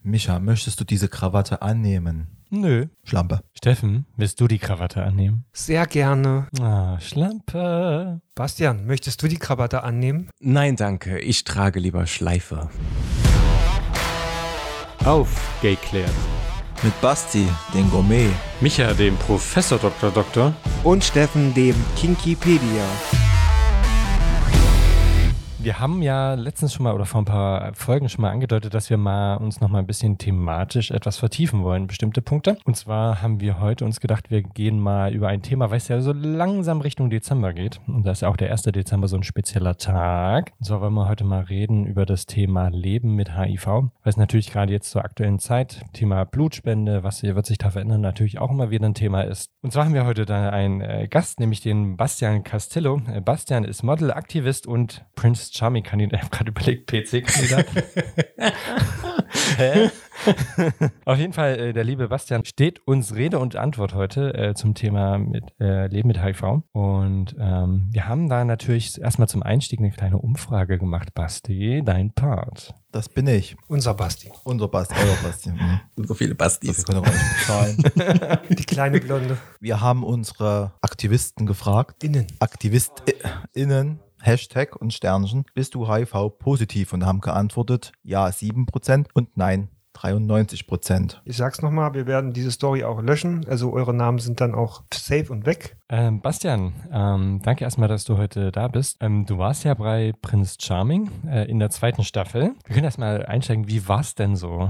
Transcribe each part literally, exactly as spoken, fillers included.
Micha, möchtest du diese Krawatte annehmen? Nö. Schlampe. Steffen, willst du die Krawatte annehmen? Sehr gerne. Ah, Schlampe. Bastian, möchtest du die Krawatte annehmen? Nein, danke. Ich trage lieber Schleife. Auf, Gayklärd. Mit Basti, den Gourmet. Micha, dem Professor Doktor Doktor. Und Steffen, dem Kinkipedia. Wir haben ja letztens schon mal oder vor ein paar Folgen schon mal angedeutet, dass wir mal uns noch mal ein bisschen thematisch etwas vertiefen wollen, bestimmte Punkte. Und zwar haben wir heute uns gedacht, wir gehen mal über ein Thema, weil es ja so langsam Richtung Dezember geht. Und da ist ja auch der erste Dezember so ein spezieller Tag. Und zwar wollen wir heute mal reden über das Thema Leben mit H I V. Weil es natürlich gerade jetzt zur aktuellen Zeit, Thema Blutspende, was wird sich da verändern, natürlich auch immer wieder ein Thema ist. Und zwar haben wir heute da einen äh, Gast, nämlich den Bastian Castillo. Äh, Bastian ist Model, Aktivist und Prince Charming-Kandidat. Ich habe gerade überlegt, P C-Kandidat. Hä? Auf jeden Fall, äh, der liebe Bastian steht uns Rede und Antwort heute äh, zum Thema mit, äh, Leben mit H I V. Und ähm, wir haben da natürlich erstmal zum Einstieg eine kleine Umfrage gemacht. Basti, dein Part. Das bin ich. Unser Basti. Unser Basti, euer Basti. Mhm. So viele Bastis. Wir können auch nicht bezahlen. Die kleine Blonde. Wir haben unsere Aktivisten gefragt. Innen. AktivistInnen. Hashtag und Sternchen, bist du H I V-positiv? Und haben geantwortet, ja sieben Prozent und nein dreiundneunzig Prozent. Ich sag's nochmal, wir werden diese Story auch löschen. Also eure Namen sind dann auch safe und weg. Ähm, Bastian, ähm, danke erstmal, dass du heute da bist. Ähm, du warst ja bei Prince Charming äh, in der zweiten Staffel. Wir können erstmal einsteigen, wie war's denn so?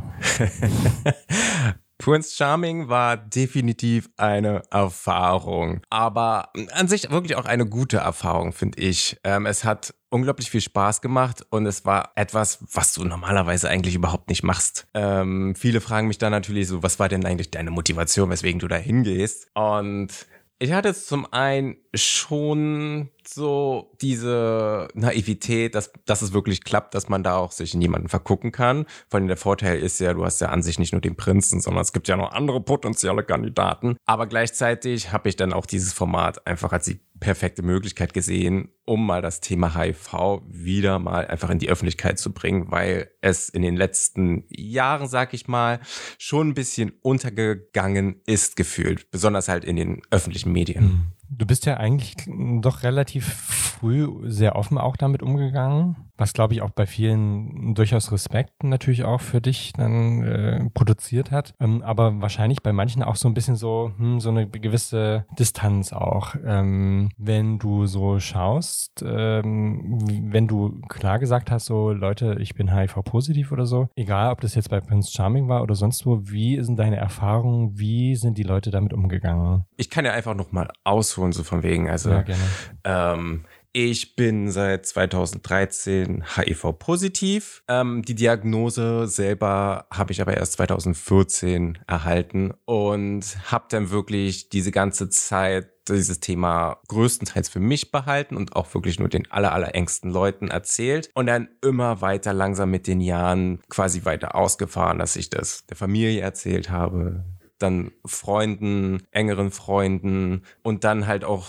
Prince Charming war definitiv eine Erfahrung, aber an sich wirklich auch eine gute Erfahrung, finde ich. Ähm, es hat unglaublich viel Spaß gemacht und es war etwas, was du normalerweise eigentlich überhaupt nicht machst. Ähm, viele fragen mich dann natürlich so, was war denn eigentlich deine Motivation, weswegen du da hingehst? Und ich hatte zum einen schon so diese Naivität, dass, dass es wirklich klappt, dass man da auch sich in jemanden vergucken kann. Vor allem der Vorteil ist ja, du hast ja an sich nicht nur den Prinzen, sondern es gibt ja noch andere potenzielle Kandidaten. Aber gleichzeitig habe ich dann auch dieses Format einfach als die perfekte Möglichkeit gesehen, um mal das Thema H I V wieder mal einfach in die Öffentlichkeit zu bringen, weil es in den letzten Jahren, sag ich mal, schon ein bisschen untergegangen ist gefühlt, besonders halt in den öffentlichen Medien. Du bist ja eigentlich doch relativ früh sehr offen auch damit umgegangen, was glaube ich auch bei vielen durchaus Respekt natürlich auch für dich dann äh, produziert hat, ähm, aber wahrscheinlich bei manchen auch so ein bisschen so hm, so eine gewisse Distanz auch. Ähm, wenn du so schaust, ähm, wenn du klar gesagt hast, so Leute, ich bin H I V-positiv oder so, egal ob das jetzt bei Prince Charming war oder sonst wo, wie sind deine Erfahrungen, wie sind die Leute damit umgegangen? Ich kann ja einfach nochmal ausholen, so von wegen, also ja, gerne. Ähm, ich bin seit zweitausenddreizehn H I V-positiv. Ähm, die Diagnose selber habe ich aber erst zweitausendvierzehn erhalten und habe dann wirklich diese ganze Zeit dieses Thema größtenteils für mich behalten und auch wirklich nur den aller, aller engsten Leuten erzählt und dann immer weiter langsam mit den Jahren quasi weiter ausgefahren, dass ich das der Familie erzählt habe, dann Freunden, engeren Freunden und dann halt auch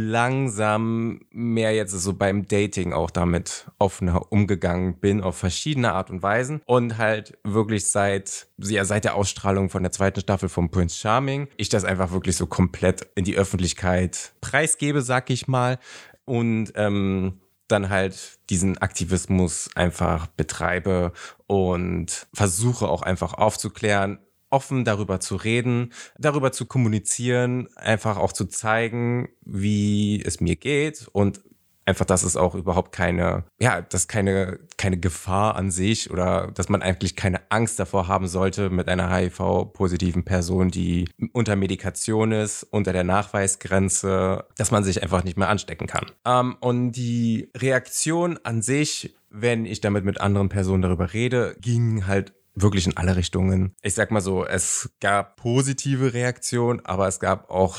langsam mehr jetzt so beim Dating auch damit offener umgegangen bin auf verschiedene Art und Weisen und halt wirklich seit, ja, seit der Ausstrahlung von der zweiten Staffel von Prince Charming ich das einfach wirklich so komplett in die Öffentlichkeit preisgebe, sag ich mal, und ähm, dann halt diesen Aktivismus einfach betreibe und versuche auch einfach aufzuklären, offen darüber zu reden, darüber zu kommunizieren, einfach auch zu zeigen, wie es mir geht und einfach, dass es auch überhaupt keine, ja, dass keine, keine Gefahr an sich oder dass man eigentlich keine Angst davor haben sollte mit einer H I V-positiven Person, die unter Medikation ist, unter der Nachweisgrenze, dass man sich einfach nicht mehr anstecken kann. Ähm, und die Reaktion an sich, wenn ich damit mit anderen Personen darüber rede, ging halt wirklich in alle Richtungen. Ich sag mal so, es gab positive Reaktionen, aber es gab auch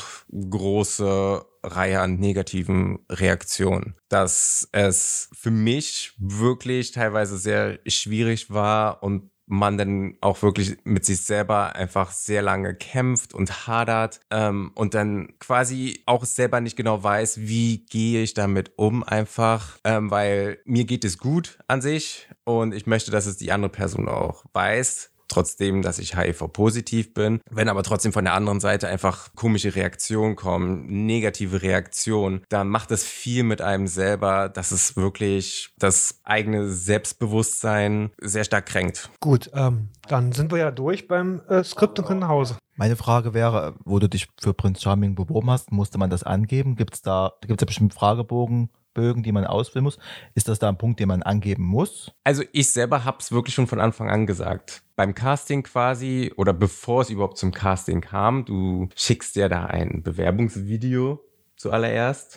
große Reihe an negativen Reaktionen. Dass es für mich wirklich teilweise sehr schwierig war und man dann auch wirklich mit sich selber einfach sehr lange kämpft und hadert ähm, und dann quasi auch selber nicht genau weiß, wie gehe ich damit um einfach, ähm, weil mir geht es gut an sich und ich möchte, dass es die andere Person auch weiß. trotzdem, dass ich H I V-positiv bin. Wenn aber trotzdem von der anderen Seite einfach komische Reaktionen kommen, negative Reaktionen, dann macht es viel mit einem selber, dass es wirklich das eigene Selbstbewusstsein sehr stark kränkt. Gut, ähm, dann sind wir ja durch beim äh, Skript und können nach Hause. Meine Frage wäre, wo du dich für Prince Charming beworben hast, musste man das angeben? Gibt es da, da gibt es ja bestimmt Fragebogen, Bögen, die man ausfüllen muss. Ist das da ein Punkt, den man angeben muss? Also ich selber habe es wirklich schon von Anfang an gesagt. Beim Casting quasi oder bevor es überhaupt zum Casting kam, du schickst ja da ein Bewerbungsvideo zuallererst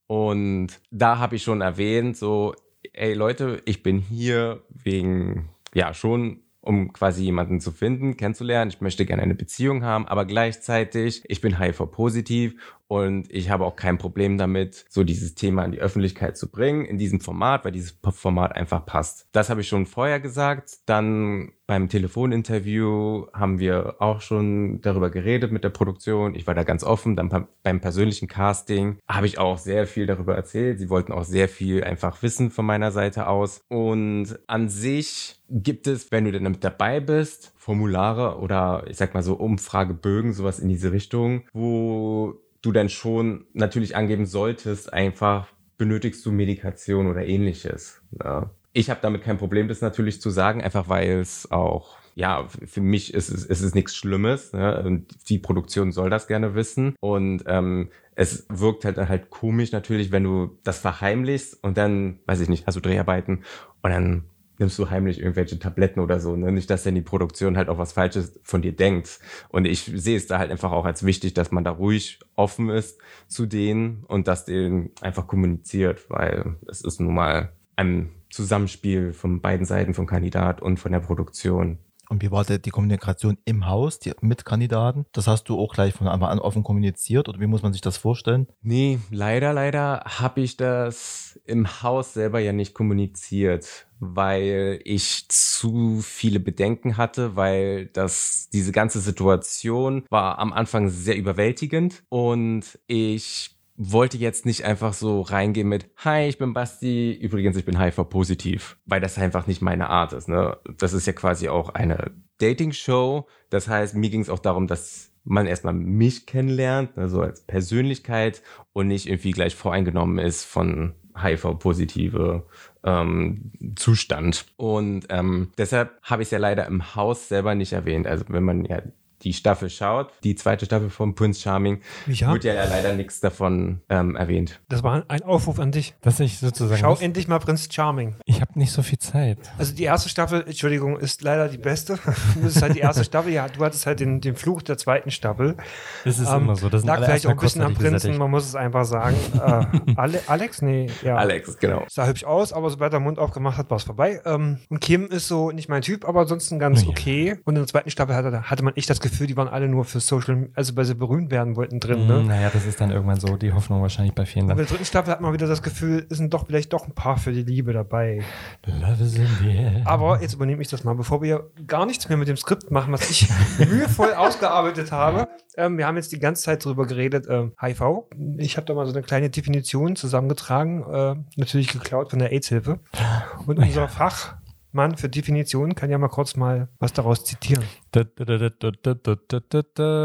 und da habe ich schon erwähnt, so, ey Leute, ich bin hier wegen, ja schon, um quasi jemanden zu finden, kennenzulernen. Ich möchte gerne eine Beziehung haben, aber gleichzeitig, ich bin H I V-positiv und ich habe auch kein Problem damit, so dieses Thema in die Öffentlichkeit zu bringen, in diesem Format, weil dieses Format einfach passt. Das habe ich schon vorher gesagt. Dann beim Telefoninterview haben wir auch schon darüber geredet mit der Produktion. Ich war da ganz offen. Dann beim persönlichen Casting habe ich auch sehr viel darüber erzählt. Sie wollten auch sehr viel einfach wissen von meiner Seite aus. Und an sich gibt es, wenn du dann mit dabei bist, Formulare oder ich sag mal so Umfragebögen, sowas in diese Richtung, wo du dann schon natürlich angeben solltest, einfach benötigst du Medikation oder ähnliches. Ja. Ich habe damit kein Problem, das natürlich zu sagen, einfach weil es auch, ja, für mich ist es, ist es nichts Schlimmes. Ne? Und die Produktion soll das gerne wissen. Und ähm, es wirkt halt, halt komisch natürlich, wenn du das verheimlichst und dann, weiß ich nicht, hast du Dreharbeiten und dann nimmst du heimlich irgendwelche Tabletten oder so, ne? Nicht, dass dann die Produktion halt auch was Falsches von dir denkt. Und ich sehe es da halt einfach auch als wichtig, dass man da ruhig offen ist zu denen und dass denen einfach kommuniziert, weil es ist nun mal ein Zusammenspiel von beiden Seiten, vom Kandidat und von der Produktion. Und wie war die Kommunikation im Haus die, mit Kandidaten? Das hast du auch gleich von Anfang an offen kommuniziert oder wie muss man sich das vorstellen? Nee, leider, leider habe ich das im Haus selber ja nicht kommuniziert, weil ich zu viele Bedenken hatte, weil das diese ganze Situation war am Anfang sehr überwältigend und ich wollte jetzt nicht einfach so reingehen mit hi, ich bin Basti, übrigens, ich bin H I V-positiv, weil das einfach nicht meine Art ist. Ne? Das ist ja quasi auch eine Dating-Show. Das heißt, mir ging es auch darum, dass man erstmal mich kennenlernt, also als Persönlichkeit und nicht irgendwie gleich voreingenommen ist von H I V-positive ähm, Zustand. Und ähm, deshalb habe ich es ja leider im Haus selber nicht erwähnt. Also wenn man ja die Staffel schaut, die zweite Staffel von Prince Charming, ja. wird ja leider nichts davon ähm, erwähnt. Das war ein Aufruf an dich. Dass ich sozusagen Schau muss. endlich mal Prince Charming. Ich habe nicht so viel Zeit. Also die erste Staffel, Entschuldigung, ist leider die beste. Das ist halt die erste Staffel. Ja, du hattest halt den, den Fluch der zweiten Staffel. Das ist ähm, immer so. Das sind lag alle vielleicht auch erstmal ein bisschen am kurzzeitig Prinzen, gesättigt. man muss es einfach sagen. Äh, Ale Alex? Nee, ja. Alex, genau. Sah hübsch aus, aber sobald er den Mund aufgemacht hat, war es vorbei. Ähm, und Kim ist so nicht mein Typ, aber ansonsten ganz Ja. okay. Und in der zweiten Staffel hatte, hatte man echt das Gefühl, die waren alle nur für Social, also weil sie berühmt werden wollten drin. Ne? Mm, Naja, das ist dann irgendwann so die Hoffnung wahrscheinlich bei vielen Und bei dann. der dritten Staffel hat man wieder das Gefühl, es sind doch vielleicht doch ein paar für die Liebe dabei. Love is in the air. Aber jetzt übernehme ich das mal, bevor wir gar nichts mehr mit dem Skript machen, was ich mühevoll ausgearbeitet habe. Ähm, wir haben jetzt die ganze Zeit drüber geredet, ähm, H I V. Ich habe da mal so eine kleine Definition zusammengetragen, äh, natürlich geklaut von der AIDS-Hilfe. Und unser Fachmann für Definitionen kann ja mal kurz mal was daraus zitieren. Da, da, da, da, da, da, da, da,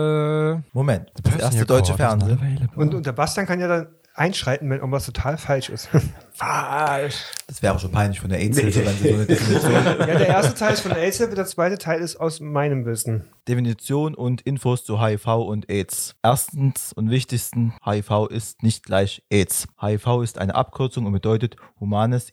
da. Moment, das erste deutsche Fernsehen. Und, und der Bastian kann ja dann einschreiten, wenn irgendwas total falsch ist. Falsch. Das wäre schon peinlich von der AIDS-Hilfe, wenn sie so eine Definition. Ja, der erste Teil ist von der AIDS-Hilfe, der zweite Teil ist aus meinem Wissen. Definition und Infos zu H I V und AIDS. Erstens und wichtigsten, H I V ist nicht gleich AIDS. H I V ist eine Abkürzung und bedeutet humanes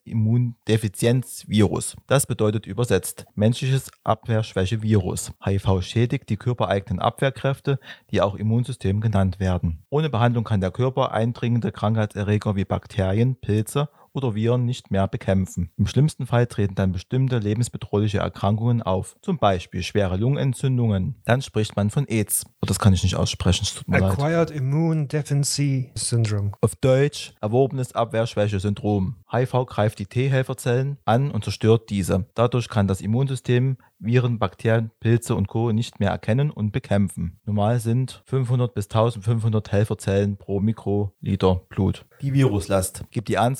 Immundefizienzvirus. Das bedeutet übersetzt menschliches Abwehrschwächevirus. H I V schädigt die körpereigenen Abwehrkräfte, die auch Immunsystem genannt werden. Ohne Behandlung kann der Körper eindringende Krankheitserreger wie Bakterien, Pilze oder Viren nicht mehr bekämpfen. Im schlimmsten Fall treten dann bestimmte lebensbedrohliche Erkrankungen auf, zum Beispiel schwere Lungenentzündungen. Dann spricht man von AIDS. Oh, das kann ich nicht aussprechen, es tut mir leid. Acquired Immune Deficiency Syndrome. Auf Deutsch erworbenes Abwehrschwäche-Syndrom. H I V greift die T-Helferzellen an und zerstört diese. Dadurch kann das Immunsystem Viren, Bakterien, Pilze und Co. nicht mehr erkennen und bekämpfen. Normal sind fünfhundert bis eintausendfünfhundert Helferzellen pro Mikroliter Blut. Die Viruslast gibt die Anzahl der Viren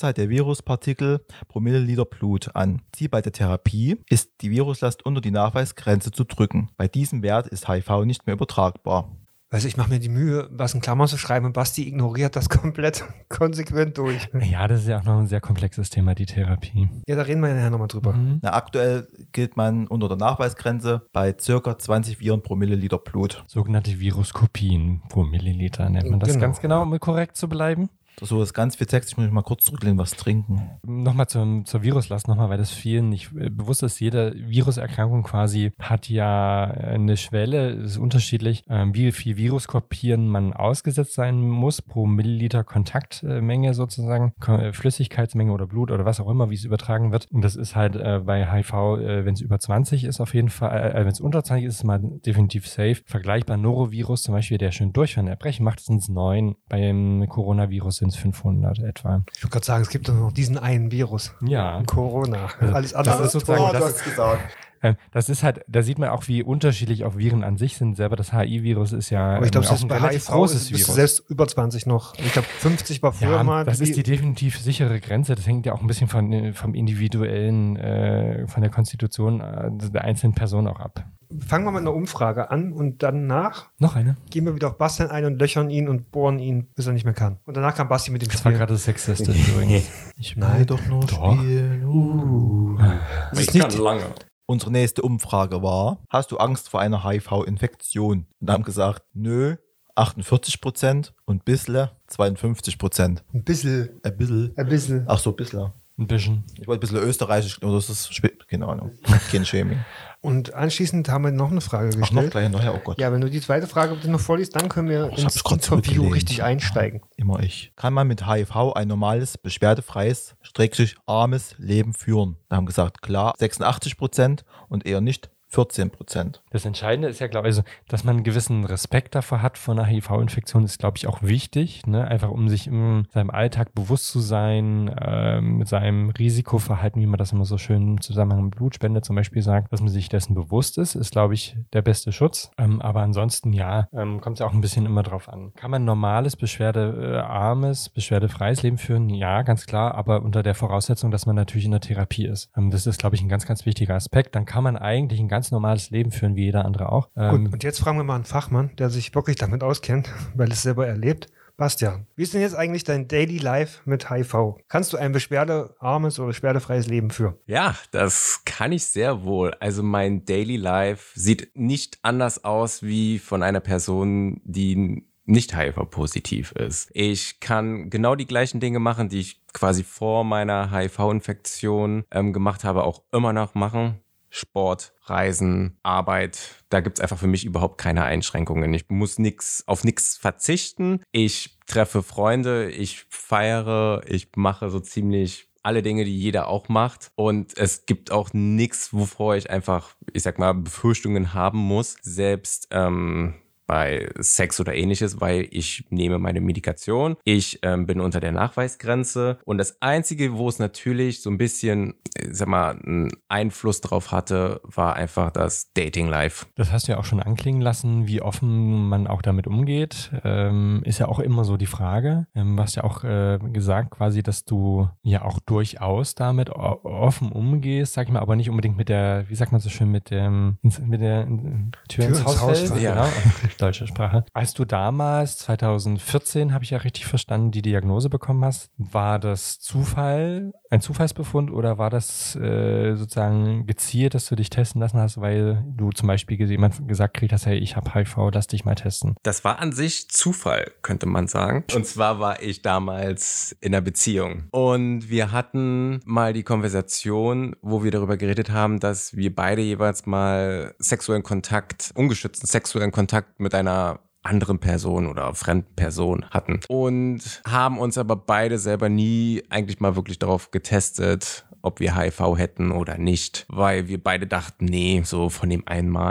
Viruspartikel pro Milliliter Blut an. Ziel bei der Therapie ist, die Viruslast unter die Nachweisgrenze zu drücken. Bei diesem Wert ist H I V nicht mehr übertragbar. Also ich mache mir die Mühe, was in Klammern zu schreiben und Basti ignoriert das komplett konsequent durch. Ja, das ist ja auch noch ein sehr komplexes Thema, die Therapie. Ja, da reden wir ja nachher nochmal drüber. Mhm. Na, aktuell gilt man unter der Nachweisgrenze bei ca. zwanzig Viren pro Milliliter Blut. Sogenannte Viruskopien pro Milliliter nennt man das Genau. ganz genau, um korrekt zu bleiben. So ist ganz viel Text, ich muss mich mal kurz zurücklehnen, was trinken. Nochmal zum, zur Viruslast, nochmal, weil das vielen nicht äh, bewusst ist. Jede Viruserkrankung quasi hat ja eine Schwelle, es ist unterschiedlich, ähm, wie viel Viruskopien man ausgesetzt sein muss pro Milliliter Kontaktmenge sozusagen, Ko- Flüssigkeitsmenge oder Blut oder was auch immer, wie es übertragen wird. Und das ist halt äh, bei H I V, äh, wenn es über zwanzig ist auf jeden Fall, äh, wenn es unter zwanzig ist, ist es mal definitiv safe. Vergleichbar Norovirus zum Beispiel, der schön Durchfall erbrechen macht, sind es neun. Beim Coronavirus sind es fünfhundert etwa. Ich wollte gerade sagen, es gibt doch noch diesen einen Virus. Ja. Corona. Also, Alles andere das ist sozusagen, Oh, du das hast ist, gesagt. ähm, das ist halt, da sieht man auch, wie unterschiedlich auch Viren an sich sind. Selber das H I V-Virus ist ja Aber ich glaube, ähm, auch selbst ein bei H I relativ V großes ist, bist du Virus. selbst über zwanzig noch. Ich glaube, fünfzig war früher Ja, mal. das ist die definitiv sichere Grenze. Das hängt ja auch ein bisschen von, äh, vom individuellen, äh, von der Konstitution äh, der einzelnen Person auch ab. Fangen wir mit einer Umfrage an und danach Noch eine? gehen wir wieder auf Bastian ein und löchern ihn und bohren ihn, bis er nicht mehr kann. Und danach kann Basti mit dem Das war Spiel. gerade sexistisch übrigens. Ich Nein. will doch nur Doch. spielen. Uh. Das ist nicht, lange. Unsere nächste Umfrage war, hast du Angst vor einer H I V-Infektion? Und haben gesagt, nö, achtundvierzig Prozent und bissle zweiundfünfzig Prozent. ein bisschen, Ein bisschen. ein bisschen. Ach so, bissle. Ein bisschen. Ich wollte ein bisschen österreichisch, oder ist das, Sp- keine Ahnung, kein Shaming. Und anschließend haben wir noch eine Frage Ach, noch gestellt. gleich hinterher, oh Gott. Ja, wenn du die zweite Frage bitte noch vorliest, dann können wir Ich ins hab's grad Interview zurückgelehnt. richtig einsteigen. Immer ich. Kann man mit H I V ein normales, beschwerdefreies, streckig armes Leben führen? Da haben gesagt, klar, sechsundachtzig Prozent und eher nicht vierzehn Prozent. Das Entscheidende ist ja, glaube ich, also, dass man einen gewissen Respekt davor hat von einer H I V-Infektion, ist, glaube ich, auch wichtig. Ne? Einfach um sich in seinem Alltag bewusst zu sein, ähm, mit seinem Risikoverhalten, wie man das immer so schön im Zusammenhang mit Blutspende zum Beispiel sagt, dass man sich dessen bewusst ist, ist, glaube ich, der beste Schutz. Ähm, aber ansonsten, ja, ähm, kommt es ja auch ein bisschen immer drauf an. Kann man ein normales, beschwerdearmes, beschwerdefreies Leben führen? Ja, ganz klar, aber unter der Voraussetzung, dass man natürlich in der Therapie ist. Ähm, das ist, glaube ich, ein ganz, ganz wichtiger Aspekt. Dann kann man eigentlich ein ganz normales Leben führen, wie jeder andere auch. Ähm, Gut, und jetzt fragen wir mal einen Fachmann, der sich wirklich damit auskennt, weil es selber erlebt. Bastian, wie ist denn jetzt eigentlich dein Daily Life mit H I V? Kannst du ein beschwerdearmes oder beschwerdefreies Leben führen? Ja, das kann ich sehr wohl. Also mein Daily Life sieht nicht anders aus wie von einer Person, die nicht H I V-positiv ist. Ich kann genau die gleichen Dinge machen, die ich quasi vor meiner H I V-Infektion ähm, gemacht habe, auch immer noch machen. Sport, Reisen, Arbeit, da gibt's einfach für mich überhaupt keine Einschränkungen. Ich muss nix, auf nichts verzichten. Ich treffe Freunde, ich feiere, ich mache so ziemlich alle Dinge, die jeder auch macht. Und es gibt auch nichts, wovor ich einfach, ich sag mal, Befürchtungen haben muss. Selbst ähm, bei Sex oder ähnliches, weil ich nehme meine Medikation. Ich ähm, bin unter der Nachweisgrenze. Und das Einzige, wo es natürlich so ein bisschen, ich sag mal, einen Einfluss drauf hatte, war einfach das Dating-Life. Das hast du ja auch schon anklingen lassen, wie offen man auch damit umgeht. Ähm, ist ja auch immer so die Frage. Ähm, du hast ja auch äh, gesagt quasi, dass du ja auch durchaus damit o- offen umgehst, sag ich mal, aber nicht unbedingt mit der, wie sagt man so schön, mit dem ins, mit der in, Tür, Tür ins ins Haus Haus fällt. fallen. Ja. Genau, deutsche Sprache. Als du damals, zwanzig vierzehn, habe ich ja richtig verstanden, die Diagnose bekommen hast, war das Zufall, ein Zufallsbefund oder war das äh, sozusagen gezielt, dass du dich testen lassen hast, weil du zum Beispiel jemand gesagt kriegt hast, hey, ich habe H I V, lass dich mal testen? Das war an sich Zufall, könnte man sagen. Und zwar war ich damals in einer Beziehung. Und wir hatten mal die Konversation, wo wir darüber geredet haben, dass wir beide jeweils mal sexuellen Kontakt, ungeschützten sexuellen Kontakt mit einer anderen Person oder fremden Person hatten. Und haben uns aber beide selber nie eigentlich mal wirklich darauf getestet, ob wir H I V hätten oder nicht. Weil wir beide dachten, nee, so von dem einmal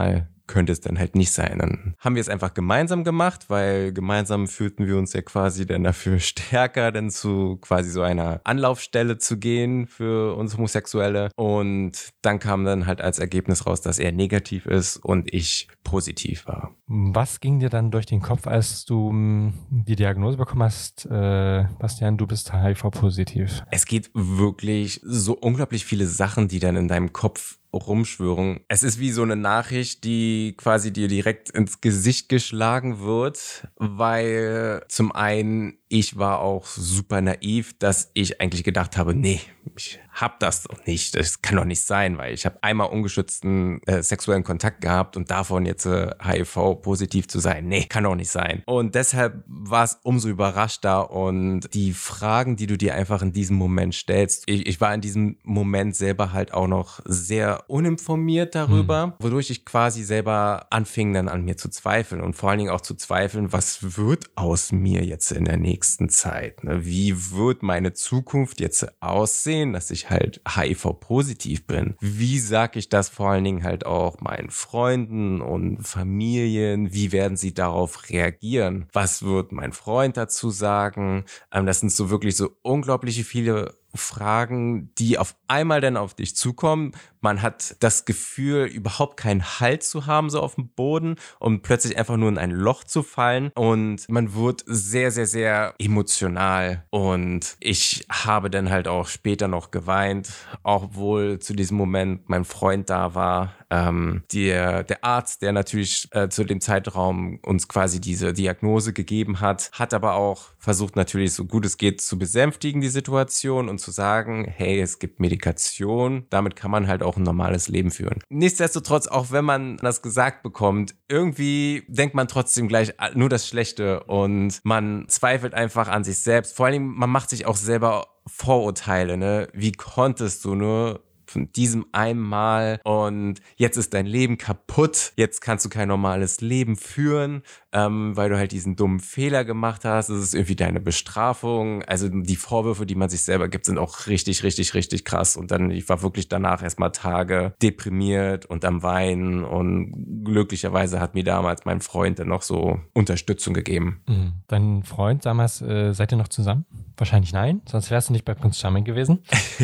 könnte es dann halt nicht sein. Dann haben wir es einfach gemeinsam gemacht, weil gemeinsam fühlten wir uns ja quasi dann dafür stärker, dann zu quasi so einer Anlaufstelle zu gehen für uns Homosexuelle. Und dann kam dann halt als Ergebnis raus, dass er negativ ist und ich positiv war. Was ging dir dann durch den Kopf, als du mh, die Diagnose bekommen hast, äh, Bastian, du bist H I V-positiv? Es geht wirklich so unglaublich viele Sachen, die dann in deinem Kopf rumschwören. Es ist wie so eine Nachricht, die quasi dir direkt ins Gesicht geschlagen wird, weil zum einen ich war auch super naiv, dass ich eigentlich gedacht habe, nee, ich hab das doch nicht. Das kann doch nicht sein, weil ich habe einmal ungeschützten äh, sexuellen Kontakt gehabt und davon jetzt äh, H I V-positiv zu sein. Nee, kann doch nicht sein. Und deshalb war es umso überraschter und die Fragen, die du dir einfach in diesem Moment stellst, ich, ich war in diesem Moment selber halt auch noch sehr uninformiert darüber, mhm. wodurch ich quasi selber anfing dann an mir zu zweifeln und vor allen Dingen auch zu zweifeln, was wird aus mir jetzt in der nächsten Zeit? Ne? Wie wird meine Zukunft jetzt aussehen, dass ich halt H I V-positiv bin? Wie sage ich das vor allen Dingen halt auch meinen Freunden und Familien? Wie werden sie darauf reagieren? Was wird mein Freund dazu sagen? Ähm, das sind so wirklich so unglaubliche viele Fragen, die auf einmal dann auf dich zukommen. Man hat das Gefühl, überhaupt keinen Halt zu haben, so auf dem Boden und plötzlich einfach nur in ein Loch zu fallen und man wird sehr, sehr, sehr emotional und ich habe dann halt auch später noch geweint, obwohl zu diesem Moment mein Freund da war. Ähm, der, der Arzt, der natürlich äh, zu dem Zeitraum uns quasi diese Diagnose gegeben hat, hat aber auch versucht natürlich so gut es geht zu besänftigen die Situation und zu sagen, hey, es gibt Medikation, damit kann man halt auch ein normales Leben führen. Nichtsdestotrotz, auch wenn man das gesagt bekommt, irgendwie denkt man trotzdem gleich nur das Schlechte und man zweifelt einfach an sich selbst. Vor allem, man macht sich auch selber Vorurteile, ne? Wie konntest du nur von diesem einmal und jetzt ist dein Leben kaputt, jetzt kannst du kein normales Leben führen, ähm, weil du halt diesen dummen Fehler gemacht hast, das ist irgendwie deine Bestrafung, also die Vorwürfe, die man sich selber gibt, sind auch richtig, richtig, richtig krass und dann, ich war wirklich danach erstmal Tage deprimiert und am Weinen und glücklicherweise hat mir damals mein Freund dann noch so Unterstützung gegeben. Mhm. Dein Freund damals, äh, seid ihr noch zusammen? Wahrscheinlich nein, sonst wärst du nicht bei Prinz Charming gewesen.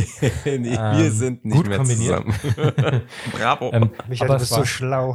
nee, ähm, wir sind nicht gut mehr kombiniert. zusammen. Bravo. Ähm, Michael, aber du bist es war, so schlau.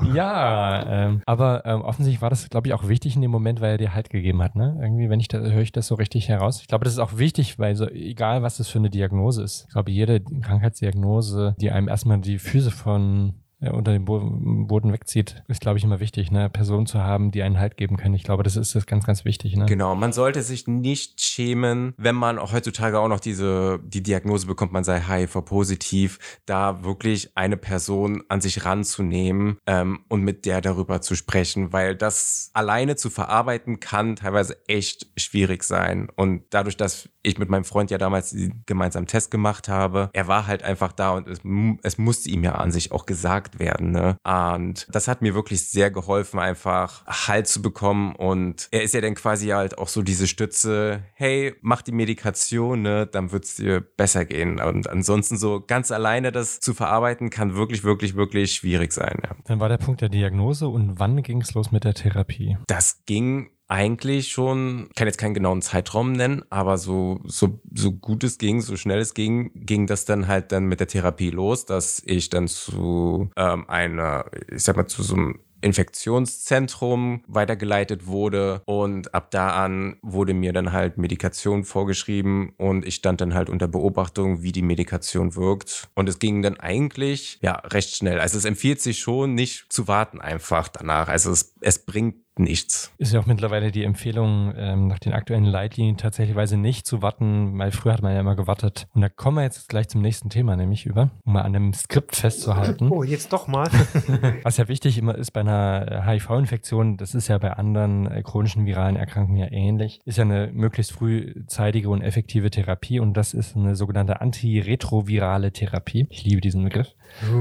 Ja, ähm, aber ähm, offensichtlich war das, glaube ich, auch wichtig in dem Moment, weil er dir Halt gegeben hat. Ne? Irgendwie, wenn ich da höre ich das so richtig heraus. Ich glaube, das ist auch wichtig, weil so egal, was das für eine Diagnose ist. Ich glaube, jede Krankheitsdiagnose, die einem erstmal die Füße von Ja, unter dem Boden wegzieht, ist, glaube ich, immer wichtig, ne? Personen zu haben, die einen Halt geben können. Ich glaube, das ist das ganz, ganz wichtig. Ne? Genau, man sollte sich nicht schämen, wenn man auch heutzutage auch noch diese die Diagnose bekommt, man sei H I V-positiv, da wirklich eine Person an sich ranzunehmen ähm, und mit der darüber zu sprechen, weil das alleine zu verarbeiten kann teilweise echt schwierig sein. Und dadurch, dass ich mit meinem Freund ja damals den gemeinsamen Test gemacht habe, er war halt einfach da und es, es musste ihm ja an sich auch gesagt werden, ne? Und das hat mir wirklich sehr geholfen, einfach Halt zu bekommen und er ist ja dann quasi halt auch so diese Stütze, hey, mach die Medikation, ne? Dann wird's dir besser gehen und ansonsten so ganz alleine das zu verarbeiten, kann wirklich, wirklich, wirklich schwierig sein, ja. Dann war der Punkt der Diagnose und wann ging es los mit der Therapie? Das ging eigentlich schon, ich kann jetzt keinen genauen Zeitraum nennen, aber so, so, so gut es ging, so schnell es ging, ging das dann halt dann mit der Therapie los, dass ich dann zu ähm, einer, ich sag mal, zu so einem Infektionszentrum weitergeleitet wurde und ab da an wurde mir dann halt Medikation vorgeschrieben und ich stand dann halt unter Beobachtung, wie die Medikation wirkt und es ging dann eigentlich ja recht schnell. Also es empfiehlt sich schon, nicht zu warten einfach danach. Also es, es bringt nichts. Ist ja auch mittlerweile die Empfehlung, ähm, nach den aktuellen Leitlinien tatsächlich nicht zu warten, weil früher hat man ja immer gewartet. Und da kommen wir jetzt gleich zum nächsten Thema nämlich über, um mal an einem Skript festzuhalten. Oh, jetzt doch mal. Was ja wichtig immer ist bei einer H I V-Infektion, das ist ja bei anderen äh, chronischen viralen Erkrankungen ja ähnlich, ist ja eine möglichst frühzeitige und effektive Therapie und das ist eine sogenannte antiretrovirale Therapie. Ich liebe diesen Begriff. Uh.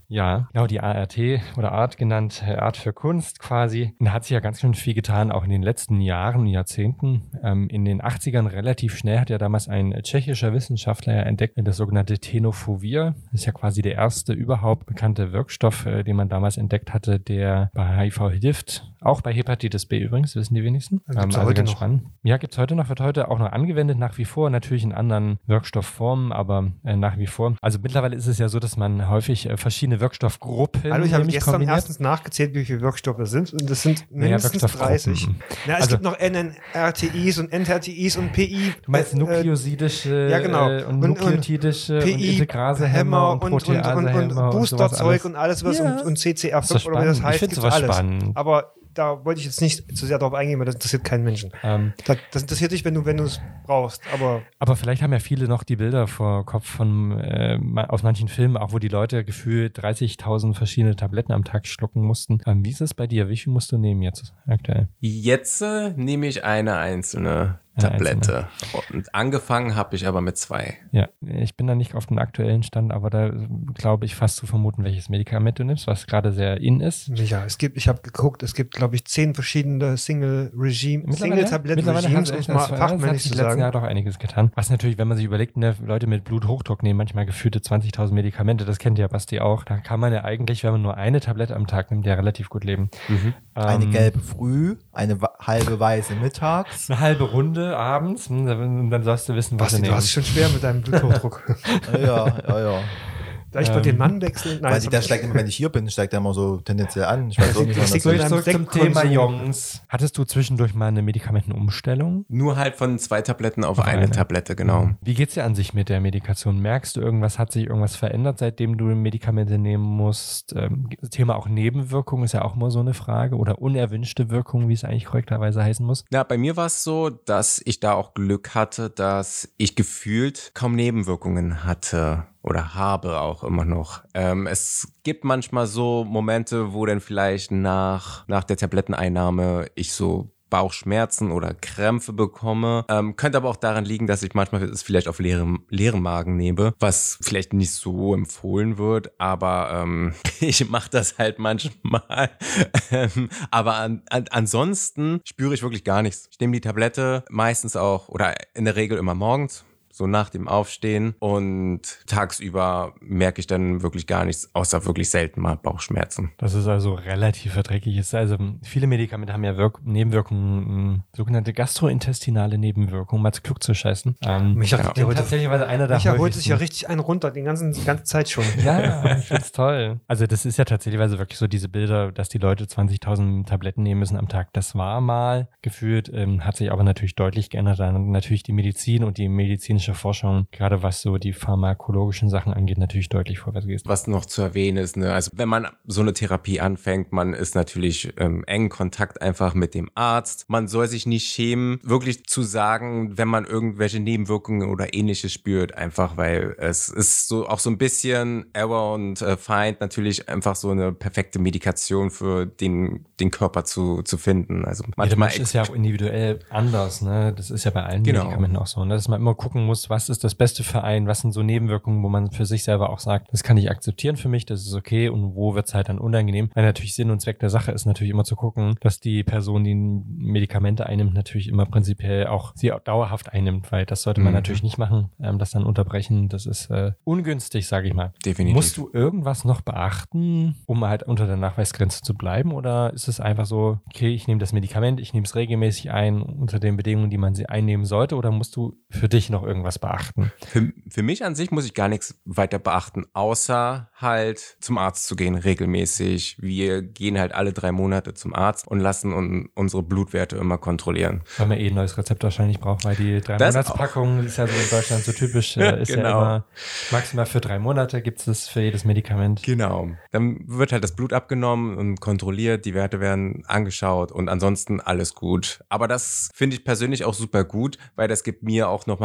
Ja, genau, die A R T oder Art genannt, äh, Art für Kunst quasi. Da hat sich ja ganz schön viel getan, auch in den letzten Jahren, Jahrzehnten. Ähm, in den achtzigern relativ schnell hat ja damals ein tschechischer Wissenschaftler ja entdeckt, das sogenannte Tenofovir. Das ist ja quasi der erste überhaupt bekannte Wirkstoff, äh, den man damals entdeckt hatte, der bei H I V hilft. Auch bei Hepatitis B übrigens, wissen die wenigsten. Gibt's Ähm, also heute ganz noch. spannend. Ja, gibt's heute noch, wird heute auch noch angewendet, nach wie vor, natürlich in anderen Wirkstoffformen, aber äh, nach wie vor. Also mittlerweile ist es ja so, dass man häufig äh, verschiedene Wirkstoffgruppen Hallo, ich habe nämlich gestern kombiniert. erstens nachgezählt, wie viele Wirkstoffe es sind. Und das sind Naja, mindestens Wirkstoffgruppen. dreißig. Na, es Also- gibt noch N N R T Is und N T R T Is und P I. Du meinst äh, nukleosidische ja, genau. äh, und, Und- und nukleotidische und, P I, Integrasehemmer und und, und, und, und, Proteasehemmer und und sowas Boosterzeug alles. und alles was Ja. und, und C C R Ist doch fünf oder wie das spannend. Ich heißt, find's gibt's sowas alles. spannend. Aber da wollte ich jetzt nicht zu sehr darauf eingehen, weil das interessiert keinen Menschen. Ähm, Das, das interessiert dich, wenn du wenn du es brauchst. Aber aber vielleicht haben ja viele noch die Bilder vor Kopf von äh, ma- aus manchen Filmen, auch wo die Leute gefühlt dreißigtausend verschiedene Tabletten am Tag schlucken mussten. Ähm, wie ist es bei dir? Wie viel musst du nehmen jetzt aktuell? Jetzt äh, nehme ich eine einzelne Eine Tablette. Und angefangen habe ich aber mit zwei. Ja, ich bin da nicht auf dem aktuellen Stand, aber da glaube ich fast zu vermuten, welches Medikament du nimmst, was gerade sehr in ist. ja, es gibt, ich habe geguckt, es gibt, glaube ich, zehn verschiedene Single-Regime, Mittlerweile Single-Tabletten-Regimes, um es mal das hat fachmännisch sich zu die letzten sagen. Jahre doch einiges getan. Was natürlich, wenn man sich überlegt, ne, Leute mit Bluthochdruck nehmen manchmal gefühlte zwanzigtausend Medikamente, das kennt ja Basti auch. Da kann man ja eigentlich, wenn man nur eine Tablette am Tag nimmt, ja relativ gut leben. Eine Ähm, gelbe früh, eine wa- halbe weiße mittags. Eine halbe Runde abends, hm, dann dann sollst du wissen, was Basti, du du hast es nimmst. schon schwer mit deinem Bluthochdruck. Ja, ja, ja. Vielleicht mal Ähm, den Mann wechseln. Nein, Weil die, der steigt immer, wenn ich hier bin, steigt der immer so tendenziell an. Ich weiß auch nicht, wann Das das liegt liegt. mit Zurück deinem zum Thema Sektkonsum. Jungs. Hattest du zwischendurch mal eine Medikamentenumstellung? Nur halt von zwei Tabletten auf, Auf eine, eine. Tablette, genau. Wie geht's dir an sich mit der Medikation? Merkst du irgendwas, hat sich irgendwas verändert, seitdem du Medikamente nehmen musst? Ähm, das Thema auch Nebenwirkungen ist ja auch immer so eine Frage oder unerwünschte Wirkungen, wie es eigentlich korrekterweise heißen muss. Ja, bei mir war es so, dass ich da auch Glück hatte, dass ich gefühlt kaum Nebenwirkungen hatte. Oder habe auch immer noch. Ähm, es gibt manchmal so Momente, wo dann vielleicht nach, nach der Tabletteneinnahme ich so Bauchschmerzen oder Krämpfe bekomme. Ähm, könnte aber auch daran liegen, dass ich manchmal es vielleicht auf leerem, leerem Magen nehme, was vielleicht nicht so empfohlen wird, aber ähm, ich mache das halt manchmal. ähm, aber an, an, ansonsten spüre ich wirklich gar nichts. Ich nehme die Tablette meistens auch oder in der Regel immer morgens, so nach dem Aufstehen, und tagsüber merke ich dann wirklich gar nichts, außer wirklich selten mal Bauchschmerzen. Das ist also relativ verträglich. Ist also viele Medikamente haben ja Wirk Nebenwirkungen, mh, sogenannte gastrointestinale Nebenwirkungen, mal zu klug zu scheißen. Ähm, Mich hat ja. der heute- tatsächlich einer der Micha holt häufigsten. sich ja richtig einen runter, die ganzen, die ganze Zeit schon. Ja, ich find's toll. Also das ist ja tatsächlich wirklich so diese Bilder, dass die Leute zwanzigtausend Tabletten nehmen müssen am Tag. Das war mal gefühlt, ähm, hat sich aber natürlich deutlich geändert. Dann natürlich die Medizin und die medizinische Forschung, gerade was so die pharmakologischen Sachen angeht, natürlich deutlich vorwärts geht. Was noch zu erwähnen ist, ne, also wenn man so eine Therapie anfängt, man ist natürlich ähm, engen Kontakt einfach mit dem Arzt. Man soll sich nicht schämen, wirklich zu sagen, wenn man irgendwelche Nebenwirkungen oder ähnliches spürt, einfach weil es ist so auch so ein bisschen Error und äh, Find natürlich einfach so eine perfekte Medikation für den, den Körper zu, zu finden. Also Jeder manchmal Mensch ist ja auch individuell anders, ne? Das ist ja bei allen Genau. Medikamenten auch so, ne? Dass man immer gucken muss, was ist das Beste für einen, was sind so Nebenwirkungen, wo man für sich selber auch sagt, das kann ich akzeptieren für mich, das ist okay, und wo wird's halt dann unangenehm. Weil natürlich Sinn und Zweck der Sache ist natürlich immer zu gucken, dass die Person, die Medikamente einnimmt, natürlich immer prinzipiell auch sie auch dauerhaft einnimmt, weil das sollte man Mhm. natürlich nicht machen, ähm, das dann unterbrechen, das ist äh, ungünstig, sage ich mal. definitiv. Musst du irgendwas noch beachten, um halt unter der Nachweisgrenze zu bleiben, oder ist es einfach so, okay, ich nehme das Medikament, ich nehme es regelmäßig ein unter den Bedingungen, die man sie einnehmen sollte, oder musst du für dich noch irgendwas beachten? Für, für mich an sich muss ich gar nichts weiter beachten, außer halt zum Arzt zu gehen regelmäßig. Wir gehen halt alle drei Monate zum Arzt und lassen un, unsere Blutwerte immer kontrollieren. Weil man eh ein neues Rezept wahrscheinlich braucht, weil die drei Das Monatspackung ist ja so in Deutschland so typisch, äh, ist ja Genau. immer maximal für drei Monate gibt es das für jedes Medikament. Genau. Dann wird halt das Blut abgenommen und kontrolliert, die Werte werden angeschaut und ansonsten alles gut. Aber das finde ich persönlich auch super gut, weil das gibt mir auch nochmal so ein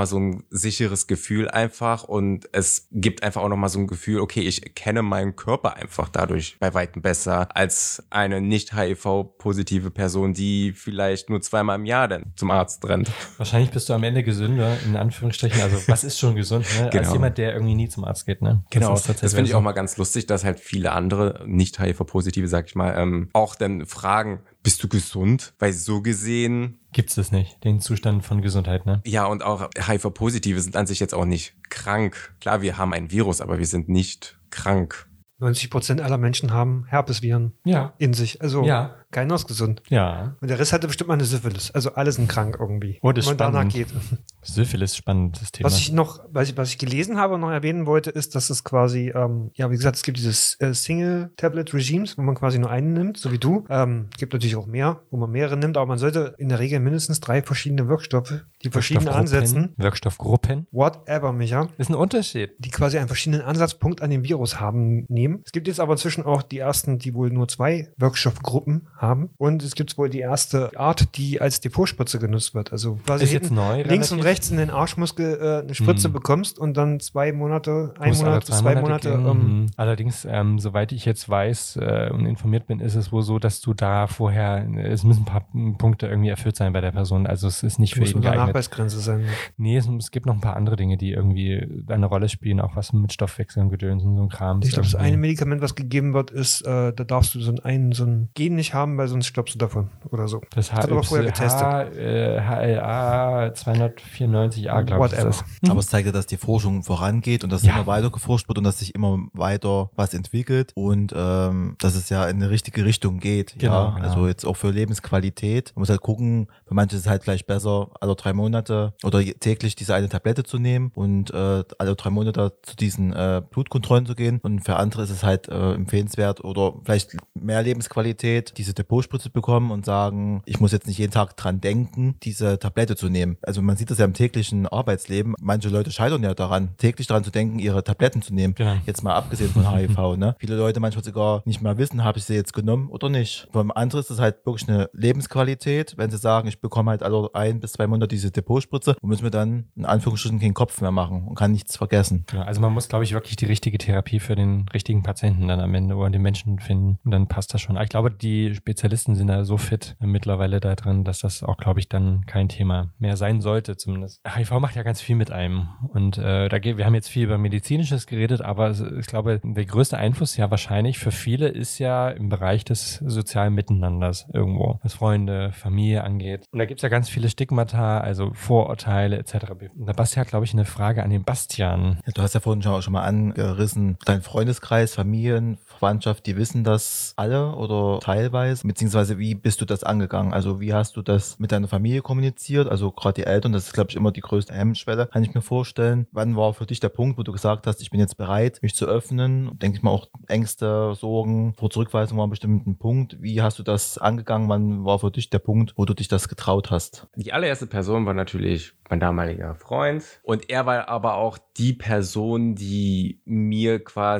ein sicheres Gefühl einfach und es gibt einfach auch nochmal so ein Gefühl, okay, ich kenne meinen Körper einfach dadurch bei weitem besser als eine nicht H I V-positive Person, die vielleicht nur zweimal im Jahr dann zum Arzt rennt. Wahrscheinlich bist du am Ende gesünder, in Anführungsstrichen. Also was ist schon gesund, ne? Genau. Als jemand, der irgendwie nie zum Arzt geht, ne? Genau, Das, das, das finde ich auch mal ganz lustig, dass halt viele andere nicht H I V-positive, sag ich mal, ähm, auch dann fragen, bist du gesund? Weil so gesehen gibt's das nicht, den Zustand von Gesundheit, ne? ja, und auch H I V-Positive sind an sich jetzt auch nicht krank. Klar, wir haben ein Virus, aber wir sind nicht krank. neunzig Prozent aller Menschen haben Herpesviren Ja. in sich. Also Ja. keiner ist gesund. Ja. Und der Rest hatte bestimmt mal eine Syphilis. Also alle sind krank irgendwie. Oh, das wenn ist man danach spannend. geht. Syphilis, spannendes Thema. Was ich noch, was ich, was ich gelesen habe und noch erwähnen wollte, ist, dass es quasi, ähm, ja, wie gesagt, es gibt dieses äh, Single-Tablet-Regimes, wo man quasi nur einen nimmt, so wie du. Ähm, gibt natürlich auch mehr, wo man mehrere nimmt, aber man sollte in der Regel mindestens drei verschiedene Wirkstoffe, die verschiedene ansetzen. Wirkstoffgruppen. Whatever, Micha. Ist ein Unterschied. Die quasi einen verschiedenen Ansatzpunkt an dem Virus haben, nehmen. Es gibt jetzt aber inzwischen auch die ersten, die wohl nur zwei Wirkstoffgruppen haben. Und es gibt wohl die erste Art, die als Depotspritze genutzt wird. Also quasi Ist jetzt hinten neu, links relativ? und rechts in den Arschmuskel äh, eine Spritze Hm. bekommst und dann zwei Monate, ein Muss alle Monat bis zwei Monate. gehen. Ähm, Mhm. Allerdings, ähm, soweit ich jetzt weiß äh, und informiert bin, ist es wohl so, dass du da vorher, es müssen ein paar Punkte irgendwie erfüllt sein bei der Person. Also es ist nicht für muss jeden unter geeignet. Nachweisgrenze sein. Nee, es, es gibt noch ein paar andere Dinge, die irgendwie eine Rolle spielen, auch was mit Stoffwechsel und Gedöns und so ein Kram. Ich glaube, das irgendwie. eine Medikament, was gegeben wird, ist, äh, da darfst du so ein, so ein Gen nicht haben, weil sonst stirbst du davon oder so. Das Das wird aber vorher getestet. H, äh, H L A zweihundertvierundneunzig A, glaube ich. ist Whatever. das. Aber es zeigt ja, dass die Forschung vorangeht und dass Ja. immer weiter geforscht wird und dass sich immer weiter was entwickelt und ähm, dass es ja in eine richtige Richtung geht. Genau, ja, genau. Also jetzt auch für Lebensqualität. Man muss halt gucken, für manche ist es halt vielleicht besser, alle drei Monate oder je- täglich diese eine Tablette zu nehmen und äh, alle drei Monate zu diesen äh, Blutkontrollen zu gehen. Und für andere ist es halt äh, empfehlenswert oder vielleicht mehr Lebensqualität, diese Depotspritze bekommen und sagen, ich muss jetzt nicht jeden Tag dran denken, diese Tablette zu nehmen. Also man sieht das ja im täglichen Arbeitsleben. Manche Leute scheitern ja daran, täglich daran zu denken, ihre Tabletten zu nehmen. Genau. Jetzt mal abgesehen von H I V. Ne? Viele Leute manchmal sogar nicht mehr wissen, habe ich sie jetzt genommen oder nicht. Beim anderen ist es halt wirklich eine Lebensqualität, wenn sie sagen, ich bekomme halt alle ein bis zwei Monate diese Depotspritze und muss mir dann in Anführungsstrichen keinen Kopf mehr machen und kann nichts vergessen. Genau, also man muss, glaube ich, wirklich die richtige Therapie für den richtigen Patienten dann am Ende oder den Menschen finden und dann passt das schon. Aber ich glaube, die Spezialisten sind da so fit mittlerweile da drin, dass das auch, glaube ich, dann kein Thema mehr sein sollte zumindest. H I V macht ja ganz viel mit einem und äh, da geht, wir haben jetzt viel über Medizinisches geredet, aber es- ich glaube, der größte Einfluss ja wahrscheinlich für viele ist ja im Bereich des sozialen Miteinanders irgendwo, was Freunde, Familie angeht. Und da gibt's ja ganz viele Stigmata, also Vorurteile et cetera. Und da Bastian hat, glaube ich, eine Frage an den Bastian. Ja, du hast ja vorhin schon, schon mal angerissen, dein Freundeskreis, Familien, Verwandtschaft, die wissen das alle oder teilweise, beziehungsweise wie bist du das angegangen? Also wie hast du das mit deiner Familie kommuniziert? Also gerade die Eltern, das ist, glaube ich, immer die größte Hemmschwelle, kann ich mir vorstellen. Wann war für dich der Punkt, wo du gesagt hast, ich bin jetzt bereit, mich zu öffnen? Denke ich mal auch Ängste, Sorgen vor Zurückweisung war ein bestimmter Punkt. Wie hast du das angegangen? Wann war für dich der Punkt, wo du dich das getraut hast? Die allererste Person war natürlich mein damaliger Freund und er war aber auch die Person, die mir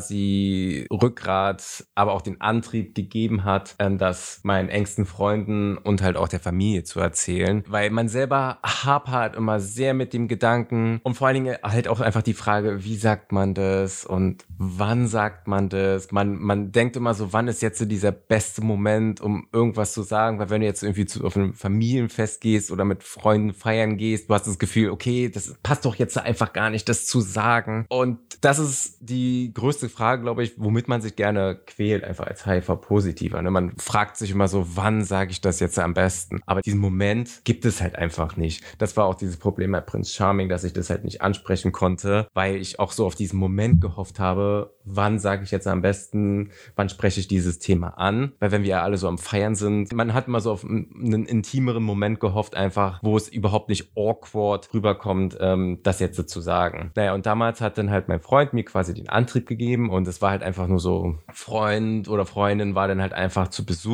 quasi Rückgrat, aber auch den Antrieb gegeben hat, ähm, das meinen engsten Freunden und halt auch der Familie zu erzählen, weil man selber hapert immer sehr mit dem Gedanken und vor allen Dingen halt auch einfach die Frage, wie sagt man das und wann sagt man das? Man, man denkt immer so, wann ist jetzt so dieser beste Moment, um irgendwas zu sagen, weil wenn du jetzt irgendwie zu, auf ein Familienfest gehst oder mit Freunden feiern gehst, du hast das Gefühl, okay, das passt doch jetzt einfach gar nicht, das zu sagen. Und das ist die größte Frage, glaube ich, womit man sich gerne quält, einfach als H I V-Positiver. Ne? Man fragt sich immer so, wann sage ich das jetzt am besten? Aber diesen Moment gibt es halt einfach nicht. Das war auch dieses Problem bei Prince Charming, dass ich das halt nicht ansprechen konnte, weil ich auch so auf diesen Moment gehofft habe, wann sage ich jetzt am besten, wann spreche ich dieses Thema an? Weil wenn wir ja alle so am Feiern sind, man hat immer so auf einen intimeren Moment gehofft einfach, wo es überhaupt nicht awkward rüberkommt, ähm, das jetzt so zu sagen. Naja, und damals hat dann halt mein Freund mir quasi den Antrieb gegeben und es war halt einfach nur so, Freund oder Freundin war dann halt einfach zu Besuch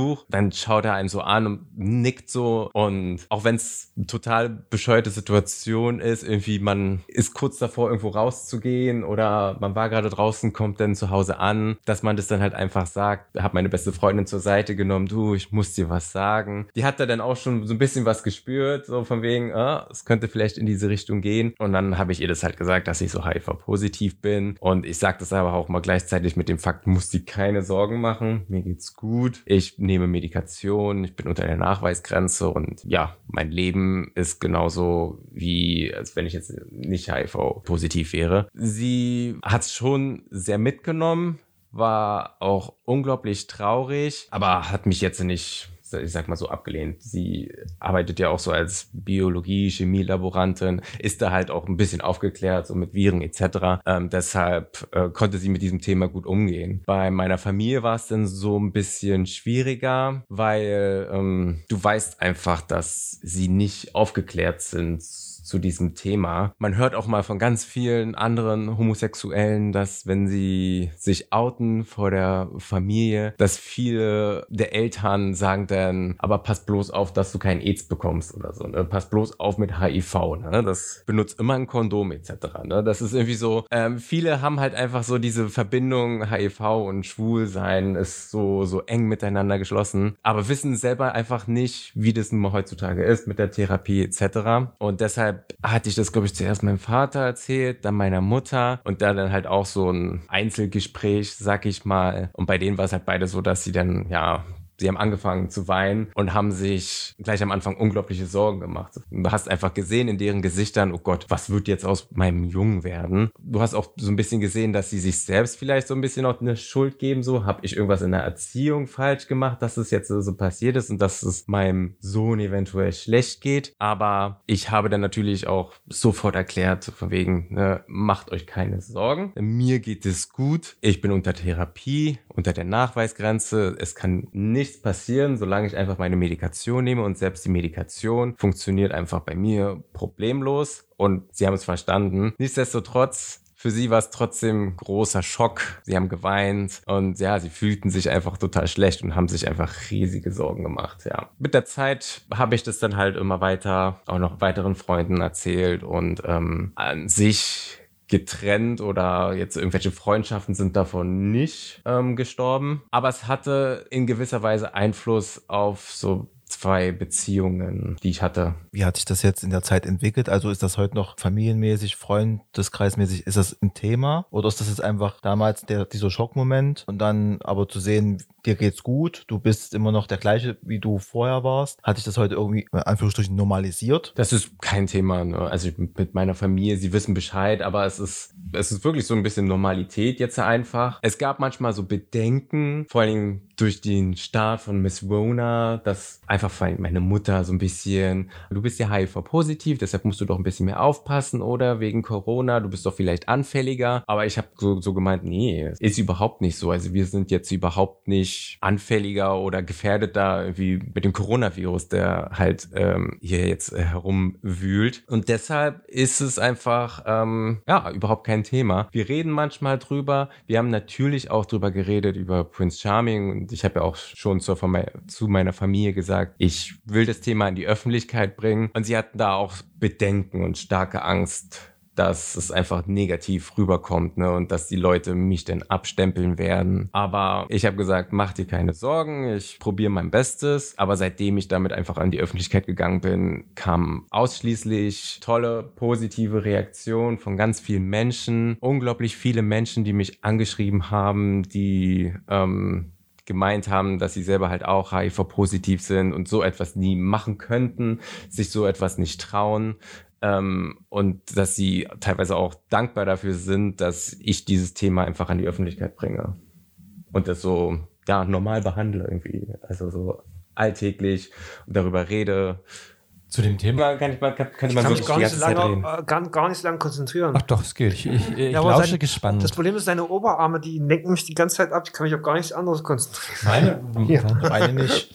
Besuch, dann schaut er einen so an und nickt so und auch wenn es eine total bescheuerte Situation ist, irgendwie man ist kurz davor irgendwo rauszugehen oder man war gerade draußen, kommt dann zu Hause an, dass man das dann halt einfach sagt, habe meine beste Freundin zur Seite genommen, du, ich muss dir was sagen. Die hat da dann auch schon so ein bisschen was gespürt, so von wegen, ah, es könnte vielleicht in diese Richtung gehen und dann habe ich ihr das halt gesagt, dass ich so H I V-positiv bin und ich sage das aber auch mal gleichzeitig mit dem Fakt, muss dir keine Sorgen machen, mir geht's gut, ich nehme Medikation, ich bin unter der Nachweisgrenze und ja, mein Leben ist genauso wie, als wenn ich jetzt nicht H I V-positiv wäre. Sie hat es schon sehr mitgenommen, war auch unglaublich traurig, aber hat mich jetzt nicht, ich sag mal so, abgelehnt. Sie arbeitet ja auch so als Biologie-, Chemielaborantin, ist da halt auch ein bisschen aufgeklärt, so mit Viren et cetera. Ähm, deshalb äh, konnte sie mit diesem Thema gut umgehen. Bei meiner Familie war es dann so ein bisschen schwieriger, weil ähm, du weißt einfach, dass sie nicht aufgeklärt sind zu diesem Thema. Man hört auch mal von ganz vielen anderen Homosexuellen, dass wenn sie sich outen vor der Familie, dass viele der Eltern sagen dann, aber pass bloß auf, dass du kein AIDS bekommst oder so. Ne? Pass bloß auf mit H I V. Ne? Das benutzt immer ein Kondom et cetera. Ne? Das ist irgendwie so, ähm, viele haben halt einfach so diese Verbindung H I V und Schwulsein ist so, so eng miteinander geschlossen, aber wissen selber einfach nicht, wie das nun mal heutzutage ist mit der Therapie et cetera. Und deshalb hatte ich das, glaube ich, zuerst meinem Vater erzählt, dann meiner Mutter und da dann halt auch so ein Einzelgespräch, sag ich mal. Und bei denen war es halt beide so, dass sie dann, ja, sie haben angefangen zu weinen und haben sich gleich am Anfang unglaubliche Sorgen gemacht. Du hast einfach gesehen in deren Gesichtern, oh Gott, was wird jetzt aus meinem Jungen werden? Du hast auch so ein bisschen gesehen, dass sie sich selbst vielleicht so ein bisschen auch eine Schuld geben, so, habe ich irgendwas in der Erziehung falsch gemacht, dass es jetzt so passiert ist und dass es meinem Sohn eventuell schlecht geht. Aber ich habe dann natürlich auch sofort erklärt, von wegen, ne, macht euch keine Sorgen. Mir geht es gut. Ich bin unter Therapie, unter der Nachweisgrenze. Es kann nicht passieren, solange ich einfach meine Medikation nehme und selbst die Medikation funktioniert einfach bei mir problemlos und sie haben es verstanden. Nichtsdestotrotz, für sie war es trotzdem großer Schock. Sie haben geweint und ja, sie fühlten sich einfach total schlecht und haben sich einfach riesige Sorgen gemacht, ja. Mit der Zeit habe ich das dann halt immer weiter auch noch weiteren Freunden erzählt und ähm, an sich getrennt oder jetzt irgendwelche Freundschaften sind davon nicht ähm, gestorben. Aber es hatte in gewisser Weise Einfluss auf so zwei Beziehungen, die ich hatte. Wie hat sich das jetzt in der Zeit entwickelt? Also ist das heute noch familienmäßig, freundeskreismäßig, ist das ein Thema? Oder ist das jetzt einfach damals der, dieser Schockmoment und dann aber zu sehen, dir geht's gut, du bist immer noch der gleiche, wie du vorher warst? Hat sich das heute irgendwie, in Anführungsstrichen, normalisiert? Das ist kein Thema, ne? Also mit meiner Familie, sie wissen Bescheid, aber es ist, es ist wirklich so ein bisschen Normalität jetzt einfach. Es gab manchmal so Bedenken, vor allem durch den Start von Miss Rona, dass einfach meine Mutter so ein bisschen, du bist ja H I V-positiv, deshalb musst du doch ein bisschen mehr aufpassen, oder wegen Corona, du bist doch vielleicht anfälliger. Aber ich habe so, so gemeint, nee, ist überhaupt nicht so. Also wir sind jetzt überhaupt nicht anfälliger oder gefährdeter irgendwie mit dem Coronavirus, der halt ähm, hier jetzt äh, herumwühlt. Und deshalb ist es einfach, ähm, ja, überhaupt kein Thema. Wir reden manchmal drüber. Wir haben natürlich auch drüber geredet, über Prince Charming. Und ich habe ja auch schon zur, zu meiner Familie gesagt, ich will das Thema in die Öffentlichkeit bringen. Und sie hatten da auch Bedenken und starke Angst, dass es einfach negativ rüberkommt, ne, und dass die Leute mich dann abstempeln werden. Aber ich habe gesagt, mach dir keine Sorgen, ich probiere mein Bestes. Aber seitdem ich damit einfach an die Öffentlichkeit gegangen bin, kamen ausschließlich tolle, positive Reaktionen von ganz vielen Menschen. Unglaublich viele Menschen, die mich angeschrieben haben, die ähm, gemeint haben, dass sie selber halt auch H I V-positiv sind und so etwas nie machen könnten, sich so etwas nicht trauen. Ähm, und dass sie teilweise auch dankbar dafür sind, dass ich dieses Thema einfach an die Öffentlichkeit bringe und das so, ja, normal behandle irgendwie, also so alltäglich und darüber rede. Zu dem Thema kann ich mal, kann, könnte Ich man kann wirklich mich gar die nicht, so ganze Zeit reden. lange, äh, gar, gar nicht so lange konzentrieren. Ach doch, es geht. Ich, ich, ich Ja, aber lausche sein- gespannt. Das Problem ist, deine Oberarme, die lenken mich die ganze Zeit ab. Ich kann mich auf gar nichts anderes konzentrieren. Meine? Ja. Eine nicht.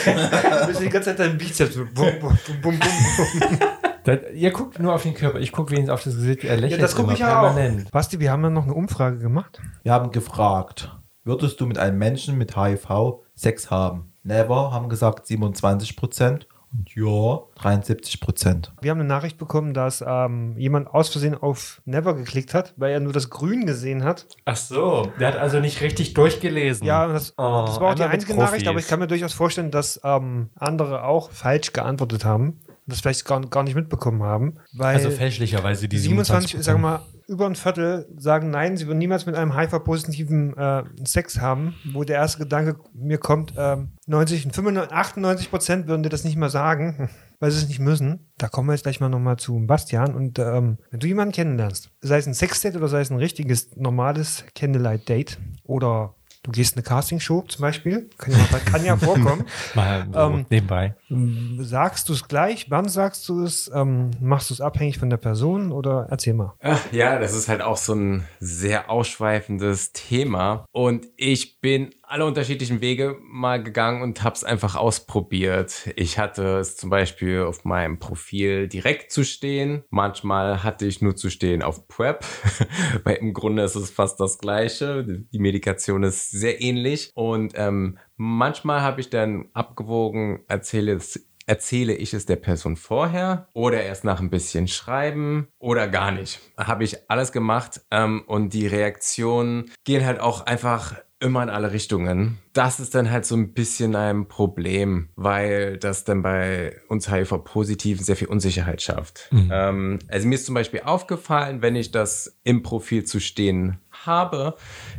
Du bist die ganze Zeit dein Bizeps. Bum, bum, bum, bum, bum. Das, ihr guckt nur auf den Körper, ich gucke wenigstens auf das Gesicht, er Ja, lächelt das gucke immer ich ja auch. permanent. Basti, wir haben ja noch eine Umfrage gemacht. Wir haben gefragt, würdest du mit einem Menschen mit H I V Sex haben? Never haben gesagt siebenundzwanzig Prozent und Ja dreiundsiebzig Prozent. Wir haben eine Nachricht bekommen, dass ähm, jemand aus Versehen auf Never geklickt hat, weil er nur das Grün gesehen hat. Ach so, der hat also nicht richtig durchgelesen. Ja, das, Oh, das war auch die einer mit einzige Nachricht, Profis. aber ich kann mir durchaus vorstellen, dass ähm, andere auch falsch geantwortet haben und das vielleicht gar, gar nicht mitbekommen haben. Weil Also fälschlicherweise die siebenundzwanzig, sagen wir mal. mal, über ein Viertel sagen nein, sie würden niemals mit einem H I V-positiven äh, Sex haben, wo der erste Gedanke mir kommt, ähm, neunzig, fünfundneunzig, achtundneunzig Prozent würden dir das nicht mal sagen, weil sie es nicht müssen. Da kommen wir jetzt gleich mal nochmal zu Bastian. Und ähm, wenn du jemanden kennenlernst, sei es ein Sexdate oder sei es ein richtiges, normales Candlelight-Date oder du gehst in eine Castingshow zum Beispiel, kann ja, kann ja vorkommen. Mal so Ähm, nebenbei. Sagst du es gleich? Wann sagst du es? Ähm, machst du es abhängig von der Person oder erzähl mal. Ja, das ist halt auch so ein sehr ausschweifendes Thema. Und ich bin alle unterschiedlichen Wege mal gegangen und habe es einfach ausprobiert. Ich hatte es zum Beispiel auf meinem Profil direkt zu stehen. Manchmal hatte ich nur zu stehen auf PrEP, weil im Grunde ist es fast das Gleiche. Die Medikation ist sehr ähnlich. Und ähm, manchmal habe ich dann abgewogen, erzähle es Erzähle ich es der Person vorher oder erst nach ein bisschen schreiben oder gar nicht. Habe ich alles gemacht ähm, und die Reaktionen gehen halt auch einfach immer in alle Richtungen. Das ist dann halt so ein bisschen ein Problem, weil das dann bei uns H I V-Positiven sehr viel Unsicherheit schafft. Mhm. Ähm, also mir ist zum Beispiel aufgefallen, wenn ich das im Profil zu stehen habe,